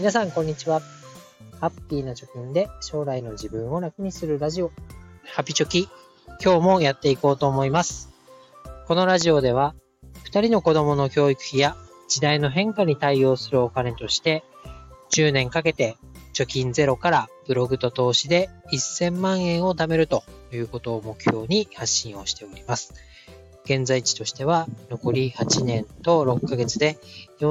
皆さんこんにちは。ハッピーな貯金で将来の自分を楽にするラジオ、ハピチョキ、今日もやっていこうと思います。このラジオでは2人の子供の教育費や時代の変化に対応するお金として10年かけて貯金ゼロからブログと投資で1000万円を貯めるということを目標に発信をしております。現在地としては残り8年と6ヶ月で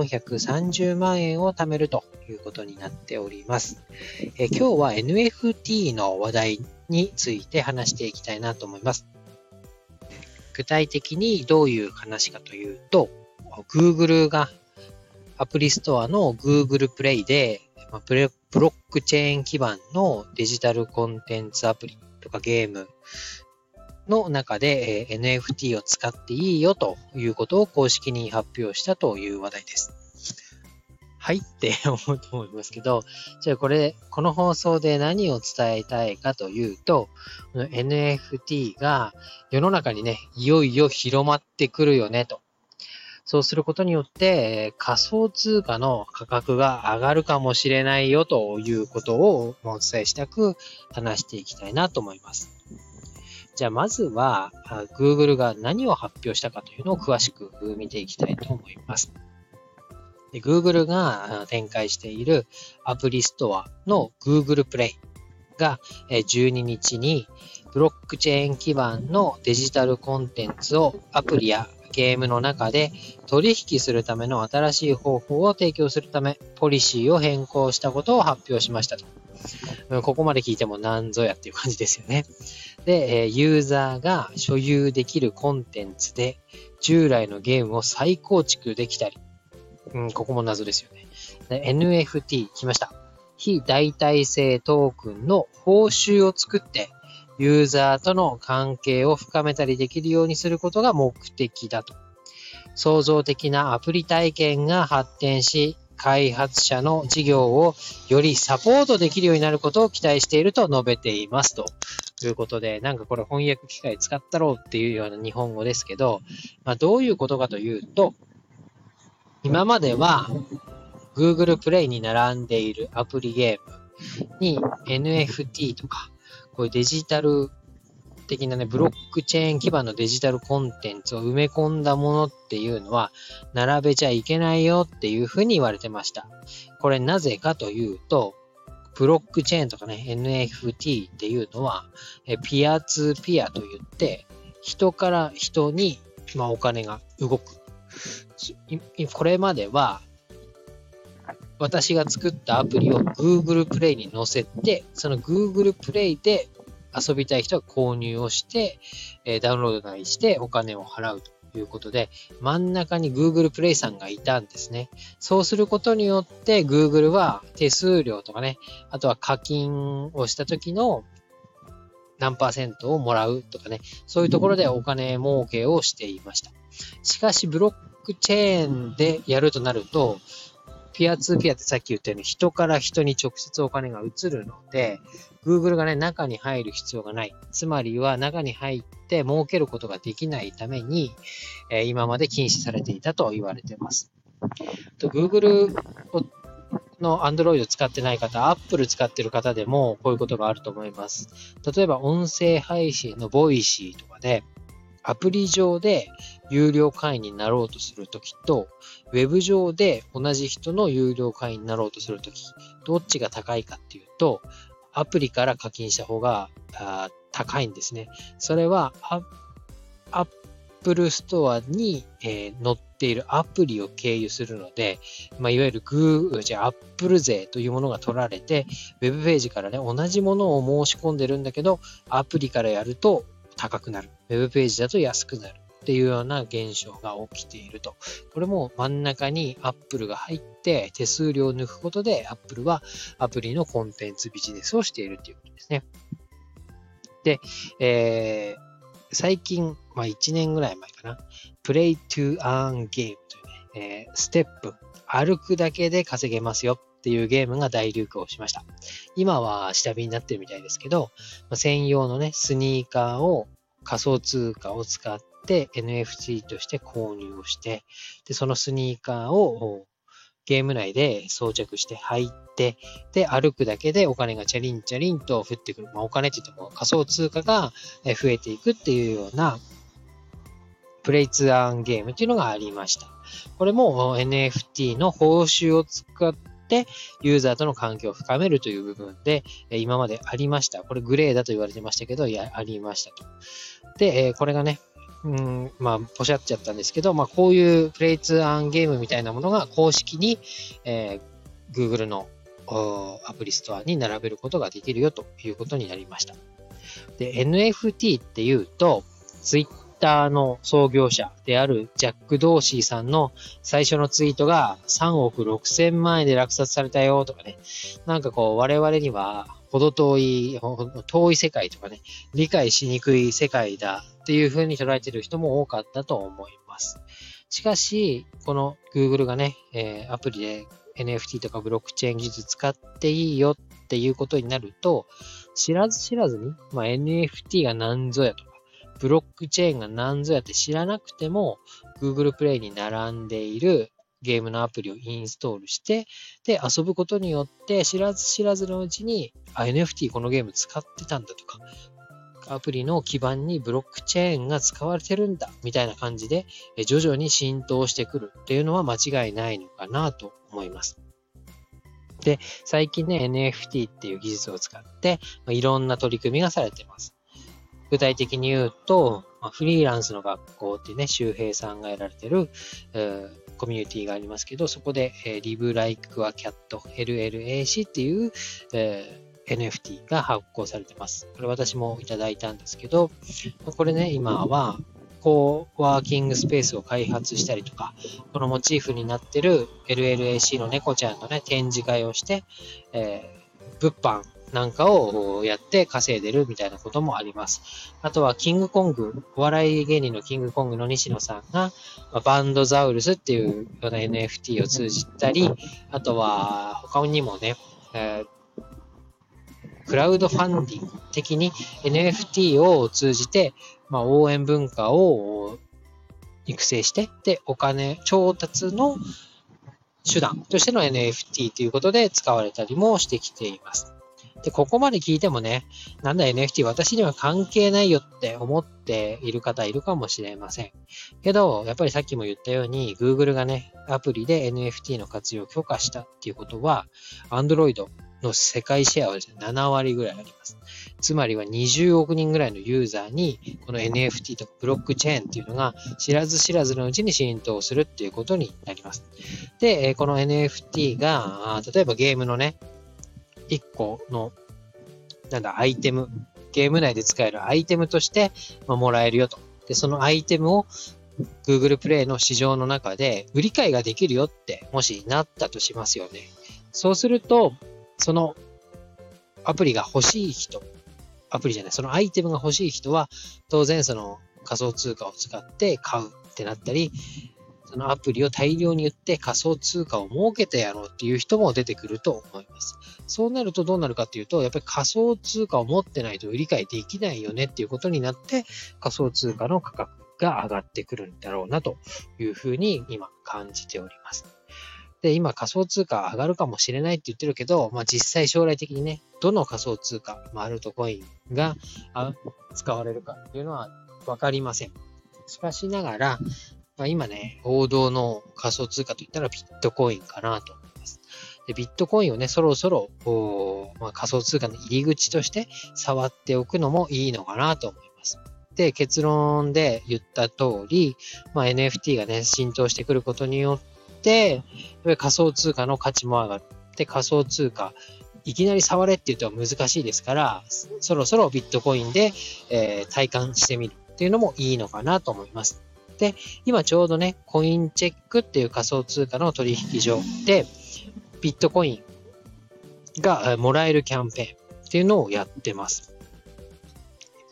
430万円を貯めるということになっております。今日は NFT の話題について話していきたいなと思います。具体的にどういう話かというと、Google がアプリストアの Google プレイでブロックチェーン基盤のデジタルコンテンツアプリとかゲームの中で NFT を使っていいよということを公式に発表したという話題です。はいって思うと思いますけど、じゃあこの放送で何を伝えたいかというと、NFT が世の中にね、いよいよ広まってくるよねと。そうすることによって仮想通貨の価格が上がるかもしれないよということをお伝えしたく話していきたいなと思います。じゃあまずは Google が何を発表したかというのを詳しく見ていきたいと思います。で Google が展開しているアプリストアの Google プレイが12日にブロックチェーン基盤のデジタルコンテンツをアプリやゲームの中で取引するための新しい方法を提供するためポリシーを変更したことを発表しましたと。ここまで聞いてもなんぞやっていう感じですよね。で、ユーザーが所有できるコンテンツで従来のゲームを再構築できたり、ここも謎ですよね。で NFT 来ました。非代替性トークンの報酬を作ってユーザーとの関係を深めたりできるようにすることが目的だと。創造的なアプリ体験が発展し、開発者の事業をよりサポートできるようになることを期待していると述べていますということで、なんかこれ翻訳機械使ったろうっていうような日本語ですけど、どういうことかというと、今までは Google プレイに並んでいるアプリゲームに NFT とか、こういうデジタル的なね、ブロックチェーン基盤のデジタルコンテンツを埋め込んだものっていうのは並べちゃいけないよっていうふうに言われてました。これなぜかというと、ブロックチェーンとかね、NFT っていうのはピアツーピアといって人から人にお金が動く。これまでは私が作ったアプリを Google プレイに載せて、その Google プレイで遊びたい人は購入をして、ダウンロードなりしてお金を払うということで、真ん中に Google プレイさんがいたんですね。そうすることによって Google は手数料とかね、あとは課金をした時の何%をもらうとかね、そういうところでお金儲けをしていました。しかしブロックチェーンでやるとなると、ピアツーピアってさっき言ったように人から人に直接お金が移るので、Google がね、中に入る必要がない。つまりは中に入って儲けることができないために、今まで禁止されていたと言われています。Google の Android 使ってない方、Apple 使ってる方でもこういうことがあると思います。例えば音声配信の Voicy とかで、アプリ上で有料会員になろうとするときと、ウェブ上で同じ人の有料会員になろうとするとき、どっちが高いかっていうと、アプリから課金した方が高いんですね。それはアップルストアに、載っているアプリを経由するので、いわゆるアップル税というものが取られて、ウェブページからね、同じものを申し込んでるんだけど、アプリからやると高くなる。ウェブページだと安くなる。っていうような現象が起きていると。これも真ん中に Apple が入って手数料を抜くことで Apple はアプリのコンテンツビジネスをしているということですね。で、最近、1年ぐらい前かな、Play to Earn Game というね、ステップ、歩くだけで稼げますよっていうゲームが大流行しました。今は下火になってるみたいですけど、専用のね、スニーカーを仮想通貨を使って NFT として購入をして、でそのスニーカーをゲーム内で装着して入って、で、歩くだけでお金がチャリンチャリンと降ってくる。お金って言っても仮想通貨が増えていくっていうようなプレイツアーンゲームっていうのがありました。これも NFT の報酬を使ってユーザーとの関係を深めるという部分で今までありました。これグレーだと言われてましたけど、ありましたと。で、これがね、ポシャっちゃったんですけど、こういうプレイツアーンゲームみたいなものが公式に、Google のアプリストアに並べることができるよということになりました。で、NFT っていうと、Twitter の創業者であるジャック・ドーシーさんの最初のツイートが3億6千万円で落札されたよとかね、なんかこう我々には程遠い世界とかね、理解しにくい世界だっていう風に捉えている人も多かったと思います。しかし、この Google がね、アプリで NFT とかブロックチェーン技術使っていいよっていうことになると、知らず知らずに、NFT が何ぞやとか、ブロックチェーンが何ぞやって知らなくても、Google Play に並んでいるゲームのアプリをインストールして、で、遊ぶことによって、知らず知らずのうちに、NFT このゲーム使ってたんだとか、アプリの基盤にブロックチェーンが使われてるんだ、みたいな感じで、徐々に浸透してくるっていうのは間違いないのかなと思います。で、最近ね、NFT っていう技術を使って、いろんな取り組みがされています。具体的に言うと、フリーランスの学校ってね、周平さんがやられてる、コミュニティがありますけど、そこで、Live Like a Cat LLAC っていう、NFT が発行されてます。これ私もいただいたんですけど、これね、今は、コーワーキングスペースを開発したりとか、このモチーフになってる LLAC の猫ちゃんのね、展示会をして、物販なんかをやって稼いでるみたいなこともあります。あとはキングコング、お笑い芸人のキングコングの西野さんが、バンドザウルスっていうような NFT を通じたり、あとは他にもね、クラウドファンディング的に NFT を通じて、応援文化を育成して、で、お金調達の手段としての NFT ということで使われたりもしてきています。で、ここまで聞いてもね、なんだ NFT 私には関係ないよって思っている方いるかもしれません。けど、やっぱりさっきも言ったように、Google がね、アプリで NFT の活用を許可したっていうことは、Android の世界シェアはですね、7割ぐらいあります。つまりは20億人ぐらいのユーザーに、この NFT とかブロックチェーンっていうのが知らず知らずのうちに浸透するっていうことになります。で、この NFT が、例えばゲームのね、1個の、アイテム、ゲーム内で使えるアイテムとして、もらえるよと。で、そのアイテムを Google Play の市場の中で売り買いができるよって、もしなったとしますよね。そうすると、そのアプリが欲しい人、そのアイテムが欲しい人は、当然その仮想通貨を使って買うってなったり、そのアプリを大量に売って仮想通貨を儲けてやろうっていう人も出てくると思います。そうなるとどうなるかっていうと、やっぱり仮想通貨を持ってないと売り買いできないよねっていうことになって、仮想通貨の価格が上がってくるんだろうなというふうに今感じております。で、今仮想通貨上がるかもしれないって言ってるけど、実際将来的にね、どの仮想通貨、アルトコインが使われるかっていうのはわかりません。しかしながら、今ね、王道の仮想通貨といったらビットコインかなと思います。で、ビットコインをね、そろそろ仮想通貨の入り口として触っておくのもいいのかなと思います。で、結論で言った通り、NFT がね、浸透してくることによって、仮想通貨の価値も上がって、仮想通貨、いきなり触れって言うと難しいですから、そろそろビットコインで、体感してみるっていうのもいいのかなと思います。で、今ちょうどね、コインチェックっていう仮想通貨の取引所で、ビットコインがもらえるキャンペーンっていうのをやってます。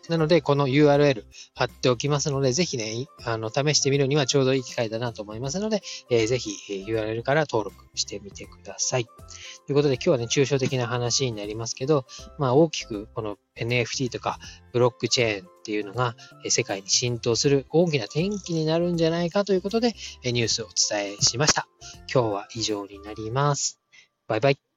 なので、この URL 貼っておきますので、ぜひね、試してみるにはちょうどいい機会だなと思いますので、ぜひ URL から登録してみてください。ということで、今日はね、抽象的な話になりますけど、大きくこの NFT とかブロックチェーンっていうのが世界に浸透する大きな転機になるんじゃないかということで、ニュースをお伝えしました。今日は以上になります。バイバイ。